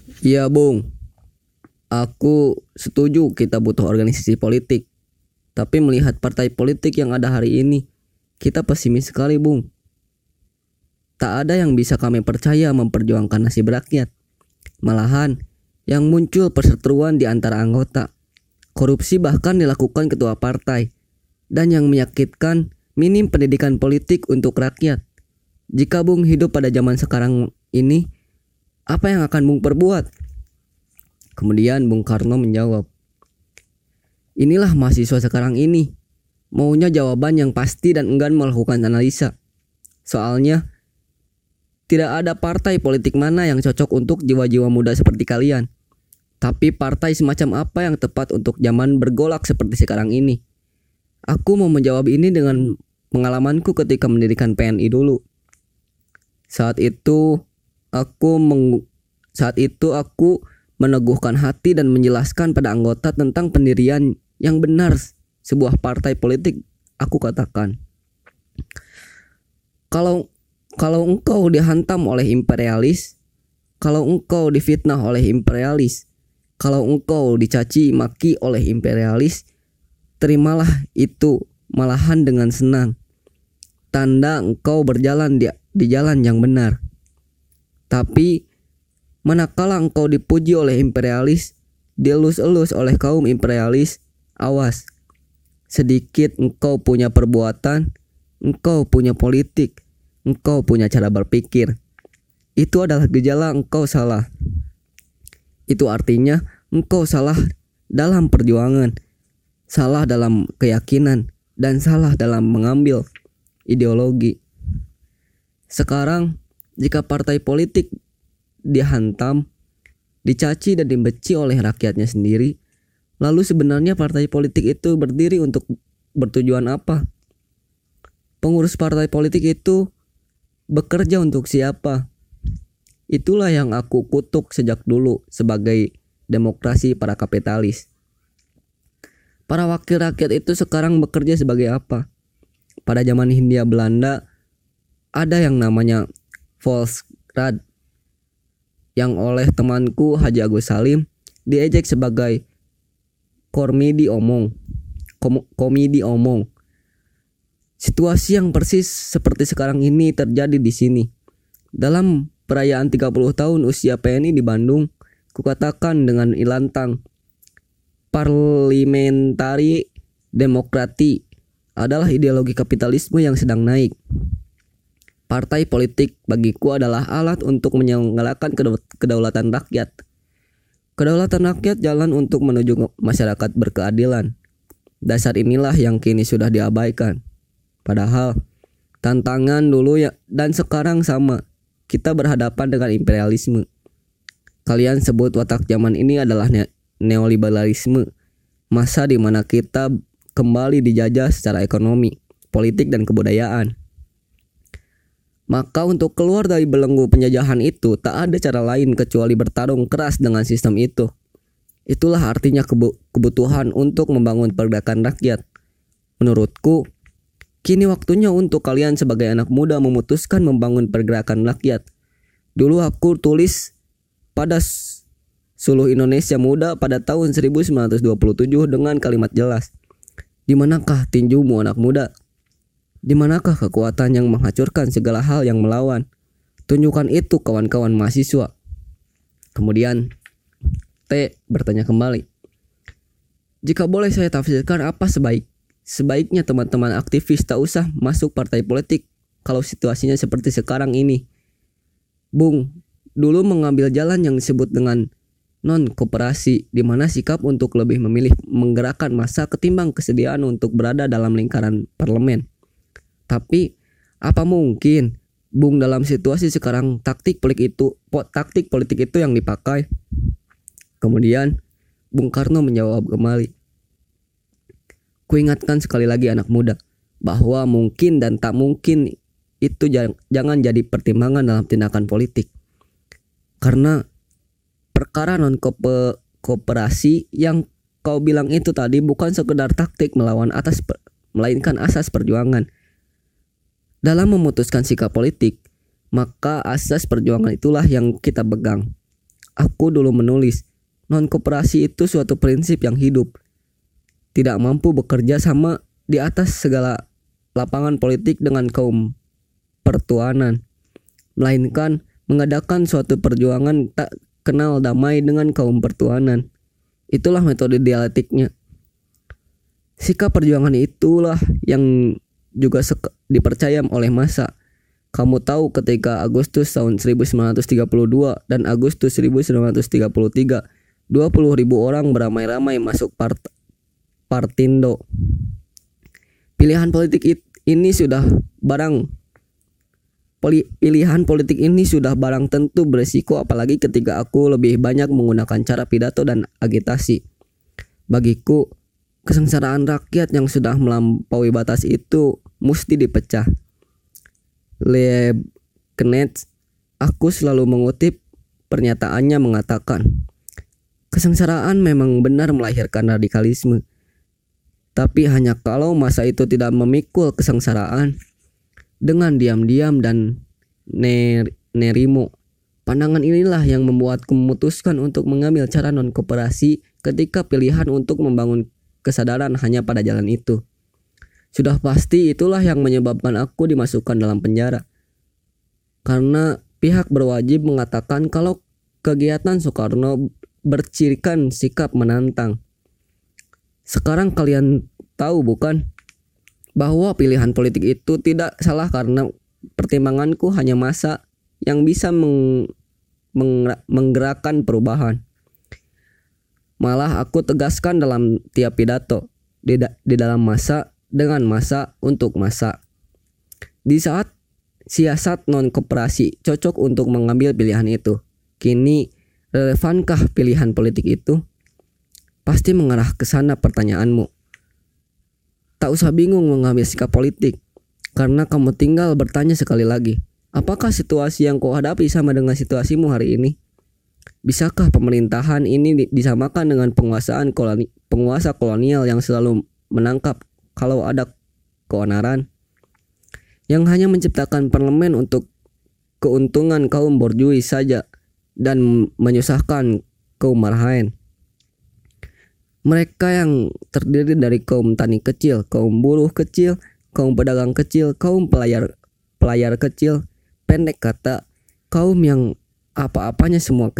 Iya Bung, aku setuju kita butuh organisasi politik. Tapi melihat partai politik yang ada hari ini, kita pesimis sekali Bung. Tak ada yang bisa kami percaya memperjuangkan nasib rakyat. Malahan, yang muncul perseteruan di antara anggota. Korupsi bahkan dilakukan ketua partai. Dan yang menyakitkan, minim pendidikan politik untuk rakyat. Jika Bung hidup pada zaman sekarang ini, apa yang akan Bung perbuat? Kemudian Bung Karno menjawab, inilah mahasiswa sekarang ini. Maunya jawaban yang pasti dan enggan melakukan analisa. Soalnya, tidak ada partai politik mana yang cocok untuk jiwa-jiwa muda seperti kalian. Tapi partai semacam apa yang tepat untuk zaman bergolak seperti sekarang ini? Aku mau menjawab ini dengan pengalamanku ketika mendirikan PNI dulu. Saat itu aku meneguhkan hati dan menjelaskan pada anggota tentang pendirian yang benar sebuah partai politik. Aku katakan, kalau engkau dihantam oleh imperialis, kalau engkau difitnah oleh imperialis, kalau engkau dicaci maki oleh imperialis, terimalah itu malahan dengan senang. Tanda engkau berjalan di jalan yang benar. Tapi manakala engkau dipuji oleh imperialis, dielus-elus oleh kaum imperialis, awas. Sedikit engkau punya perbuatan, engkau punya politik, engkau punya cara berpikir. Itu adalah gejala engkau salah. Itu artinya engkau salah dalam perjuangan, salah dalam keyakinan, dan salah dalam mengambil ideologi. Sekarang, jika partai politik dihantam, dicaci dan dibenci oleh rakyatnya sendiri, lalu sebenarnya partai politik itu berdiri untuk bertujuan apa? Pengurus partai politik itu bekerja untuk siapa? Itulah yang aku kutuk sejak dulu sebagai demokrasi para kapitalis. Para wakil rakyat itu sekarang bekerja sebagai apa? Pada zaman Hindia Belanda ada yang namanya Volksraad yang oleh temanku Haji Agus Salim diejek sebagai komedi omong. Situasi yang persis seperti sekarang ini terjadi di sini. Dalam perayaan 30 tahun usia PNI di Bandung, kukatakan dengan ilantang, parliamentary demokrasi adalah ideologi kapitalisme yang sedang naik. Partai politik bagiku adalah alat untuk menyelenggarakan kedaulatan rakyat. Kedaulatan rakyat jalan untuk menuju masyarakat berkeadilan. Dasar inilah yang kini sudah diabaikan. Padahal tantangan dulu ya dan sekarang sama. Kita berhadapan dengan imperialisme. Kalian sebut watak zaman ini adalah neoliberalisme. Masa di mana kita kembali dijajah secara ekonomi, politik dan kebudayaan. Maka untuk keluar dari belenggu penjajahan itu tak ada cara lain kecuali bertarung keras dengan sistem itu. Itulah artinya kebutuhan untuk membangun pergerakan rakyat. Menurutku, kini waktunya untuk kalian sebagai anak muda memutuskan membangun pergerakan rakyat. Dulu aku tulis pada Suluh Indonesia Muda pada tahun 1927 dengan kalimat jelas. Di manakah tinjumu anak muda? Di manakah kekuatan yang menghancurkan segala hal yang melawan? Tunjukkan itu kawan-kawan mahasiswa. Kemudian T bertanya kembali. Jika boleh saya tafsirkan apa sebaiknya teman-teman aktivis tak usah masuk partai politik kalau situasinya seperti sekarang ini. Bung, dulu mengambil jalan yang disebut dengan non-kooperasi, di mana sikap untuk lebih memilih menggerakkan massa ketimbang kesediaan untuk berada dalam lingkaran parlemen. Tapi apa mungkin Bung dalam situasi sekarang taktik politik itu yang dipakai? Kemudian Bung Karno menjawab kembali. Kuingatkan sekali lagi anak muda bahwa mungkin dan tak mungkin itu jangan jadi pertimbangan dalam tindakan politik. Karena perkara non-kooperasi yang kau bilang itu tadi bukan sekedar taktik melainkan asas perjuangan. Dalam memutuskan sikap politik, maka asas perjuangan itulah yang kita pegang. Aku dulu menulis, non-koperasi itu suatu prinsip yang hidup, tidak mampu bekerja sama di atas segala lapangan politik dengan kaum pertuanan, melainkan mengadakan suatu perjuangan tak kenal damai dengan kaum pertuanan. Itulah metode dialektiknya. Sikap perjuangan itulah yang juga dipercaya oleh massa. Kamu tahu ketika Agustus tahun 1932 dan Agustus 1933, 20.000 orang beramai-ramai masuk Partindo. Pilihan politik ini sudah barang tentu beresiko, apalagi ketika aku lebih banyak menggunakan cara pidato dan agitasi. Bagiku, kesengsaraan rakyat yang sudah melampaui batas itu mesti dipecah. Leibniz, aku selalu mengutip pernyataannya, mengatakan, kesengsaraan memang benar melahirkan radikalisme, tapi hanya kalau masa itu tidak memikul kesengsaraan dengan diam-diam dan nerimo. Pandangan inilah yang membuatku memutuskan untuk mengambil cara non-koperasi ketika pilihan untuk membangun kesadaran hanya pada jalan itu. Sudah pasti itulah yang menyebabkan aku dimasukkan dalam penjara. Karena pihak berwajib mengatakan kalau kegiatan Soekarno bercirikan sikap menantang. Sekarang kalian tahu bukan bahwa pilihan politik itu tidak salah karena pertimbanganku hanya massa yang bisa menggerakkan perubahan. Malah aku tegaskan dalam tiap pidato, di dalam massa, dengan massa, untuk massa. Di saat siasat non-koperasi cocok untuk mengambil pilihan itu, kini relevankah pilihan politik itu? Pasti mengarah ke sana pertanyaanmu. Tak usah bingung mengambil sikap politik, karena kamu tinggal bertanya sekali lagi, apakah situasi yang kau hadapi sama dengan situasimu hari ini? Bisakah pemerintahan ini disamakan dengan penguasa kolonial yang selalu menangkap kalau ada keonaran, yang hanya menciptakan parlemen untuk keuntungan kaum borjuis saja dan menyusahkan kaum marhaen? Mereka yang terdiri dari kaum tani kecil, kaum buruh kecil, kaum pedagang kecil, kaum pelayar kecil, pendek kata, kaum yang apa-apanya semua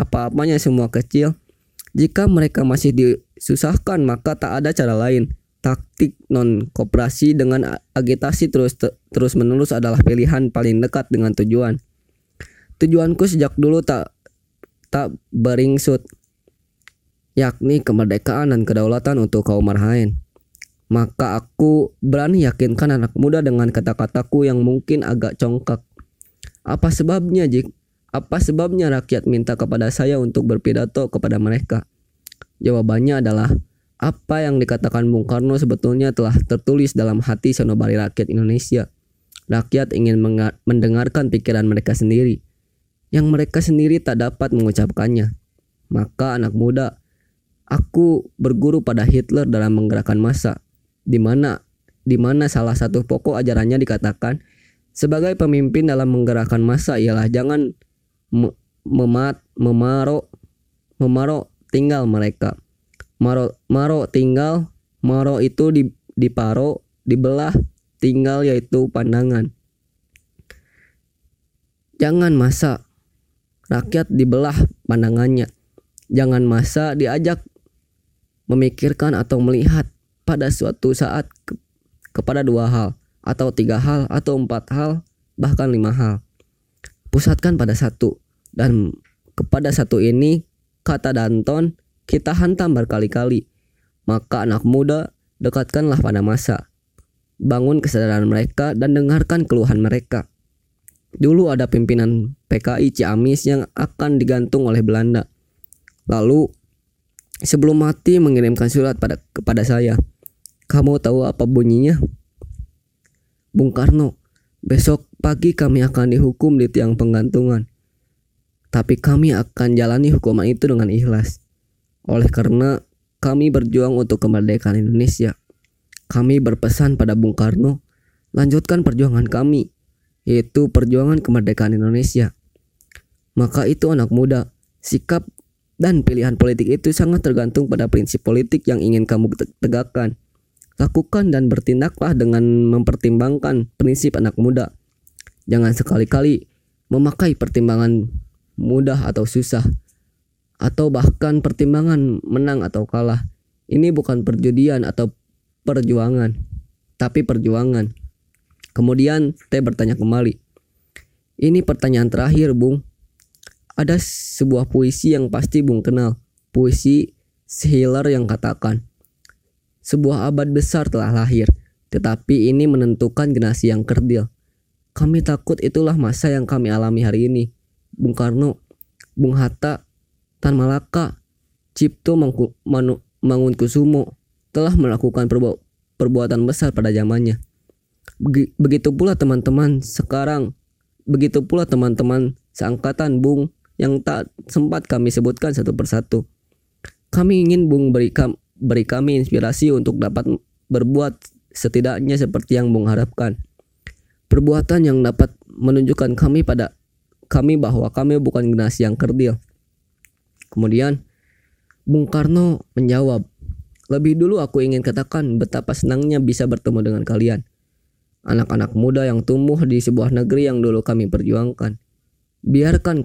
kecil. Jika mereka masih disusahkan, maka tak ada cara lain. Taktik non-koperasi dengan agitasi terus menerus adalah pilihan paling dekat dengan tujuan. Tujuanku sejak dulu tak beringsut, yakni kemerdekaan dan kedaulatan untuk kaum marhaen. Maka aku berani yakinkan anak muda dengan kata-kataku yang mungkin agak congkak. Apa sebabnya, Jik? Apa sebabnya rakyat minta kepada saya untuk berpidato kepada mereka? Jawabannya adalah, apa yang dikatakan Bung Karno sebetulnya telah tertulis dalam hati sanubari rakyat Indonesia. Rakyat ingin mendengarkan pikiran mereka sendiri, yang mereka sendiri tak dapat mengucapkannya. Maka anak muda, aku berguru pada Hitler dalam menggerakkan massa, di mana salah satu pokok ajarannya dikatakan sebagai pemimpin dalam menggerakkan massa ialah jangan memaro tinggal mereka. Maro tinggal, maro itu diparo, dibelah, tinggal yaitu pandangan. Jangan massa rakyat dibelah pandangannya. Jangan massa diajak memikirkan atau melihat pada suatu saat kepada 2 hal, atau 3 hal, atau 4 hal, bahkan 5 hal. Pusatkan pada 1, dan kepada 1 ini, kata Danton, kita hantam berkali-kali. Maka anak muda, dekatkanlah pada massa. Bangun kesadaran mereka dan dengarkan keluhan mereka. Dulu ada pimpinan PKI Ciamis yang akan digantung oleh Belanda. Lalu sebelum mati mengirimkan surat kepada saya. Kamu tahu apa bunyinya? Bung Karno, besok pagi kami akan dihukum di tiang penggantungan. Tapi kami akan jalani hukuman itu dengan ikhlas. Oleh karena kami berjuang untuk kemerdekaan Indonesia. Kami berpesan pada Bung Karno, lanjutkan perjuangan kami, yaitu perjuangan kemerdekaan Indonesia. Maka itu anak muda, Sikap dan pilihan politik itu sangat tergantung pada prinsip politik yang ingin kamu tegakkan. Lakukan dan bertindaklah dengan mempertimbangkan prinsip anak muda. Jangan sekali-kali memakai pertimbangan mudah atau susah, atau bahkan pertimbangan menang atau kalah. Ini bukan perjudian atau perjuangan, tapi perjuangan. Kemudian T bertanya kembali. Ini pertanyaan terakhir, Bung. Ada sebuah puisi yang pasti Bung kenal. Puisi Schiller yang katakan, sebuah abad besar telah lahir, tetapi ini menentukan generasi yang kerdil. Kami takut itulah masa yang kami alami hari ini. Bung Karno, Bung Hatta, Tan Malaka, Cipto Mangunkusumo telah melakukan perbuatan besar pada zamannya. Begitu pula teman-teman seangkatan Bung yang tak sempat kami sebutkan satu persatu. Kami ingin Bung beri kami inspirasi untuk dapat berbuat setidaknya seperti yang Bung harapkan. Perbuatan yang dapat menunjukkan kami bahwa kami bukan generasi yang kerdil. Kemudian Bung Karno menjawab, lebih dulu aku ingin katakan betapa senangnya bisa bertemu dengan kalian. Anak-anak muda yang tumbuh di sebuah negeri yang dulu kami perjuangkan. Biarkan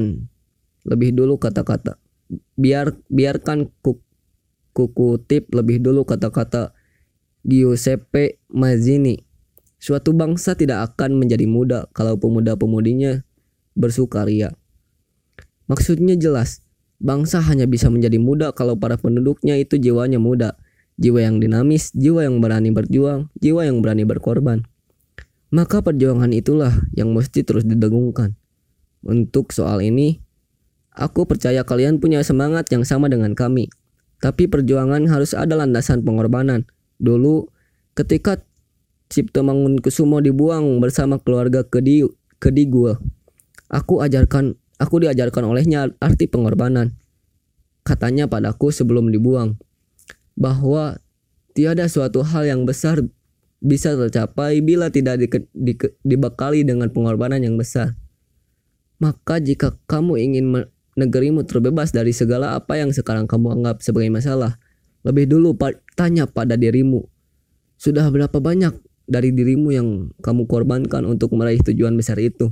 kukutip lebih dulu kata-kata Giuseppe Mazzini. Suatu bangsa tidak akan menjadi muda kalau pemuda-pemudinya bersukaria. Maksudnya jelas, bangsa hanya bisa menjadi muda kalau para penduduknya itu jiwanya muda. Jiwa yang dinamis, jiwa yang berani berjuang, jiwa yang berani berkorban. Maka perjuangan itulah yang mesti terus didengungkan. Untuk soal ini, aku percaya kalian punya semangat yang sama dengan kami. Tapi perjuangan harus ada landasan pengorbanan. Dulu, ketika Cipto Mangunkusumo dibuang bersama keluarga ke Digul, aku diajarkan olehnya arti pengorbanan. Katanya padaku sebelum dibuang, bahwa tiada suatu hal yang besar bisa tercapai bila tidak dibekali dengan pengorbanan yang besar. Maka jika kamu ingin negerimu terbebas dari segala apa yang sekarang kamu anggap sebagai masalah, lebih dulu tanya pada dirimu, sudah berapa banyak dari dirimu yang kamu korbankan untuk meraih tujuan besar itu?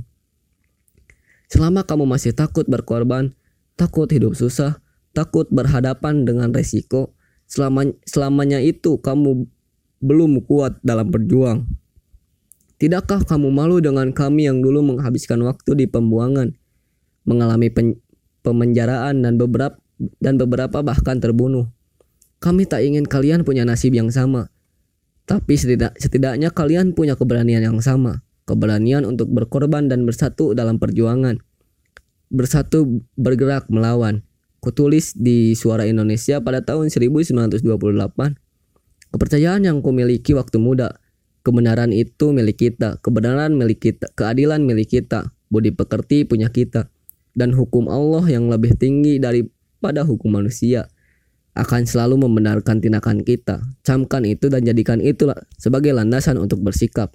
Selama kamu masih takut berkorban, takut hidup susah, takut berhadapan dengan resiko, selamanya itu kamu belum kuat dalam berjuang. Tidakkah kamu malu dengan kami yang dulu menghabiskan waktu di pembuangan, mengalami pemenjaraan dan beberapa bahkan terbunuh? Kami tak ingin kalian punya nasib yang sama, tapi setidaknya kalian punya keberanian yang sama, keberanian untuk berkorban dan bersatu dalam perjuangan, bersatu bergerak melawan. Kutulis di Suara Indonesia pada tahun 1928. Kepercayaan yang kumiliki waktu muda, kebenaran itu milik kita, kebenaran milik kita, keadilan milik kita, budi pekerti punya kita, dan hukum Allah yang lebih tinggi daripada hukum manusia akan selalu membenarkan tindakan kita. Camkan itu dan jadikan itulah sebagai landasan untuk bersikap.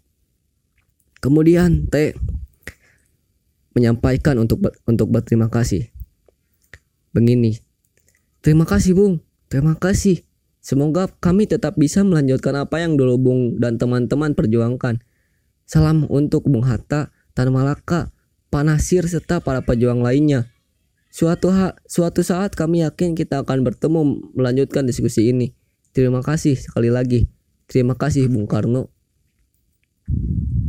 Kemudian T menyampaikan untuk berterima kasih. Begini, terima kasih Bung, terima kasih. Semoga kami tetap bisa melanjutkan apa yang dulu Bung dan teman-teman perjuangkan. Salam untuk Bung Hatta, Tan Malaka, Pak Nasir serta para pejuang lainnya. Suatu saat kami yakin kita akan bertemu melanjutkan diskusi ini. Terima kasih sekali lagi. Terima kasih Bung Karno.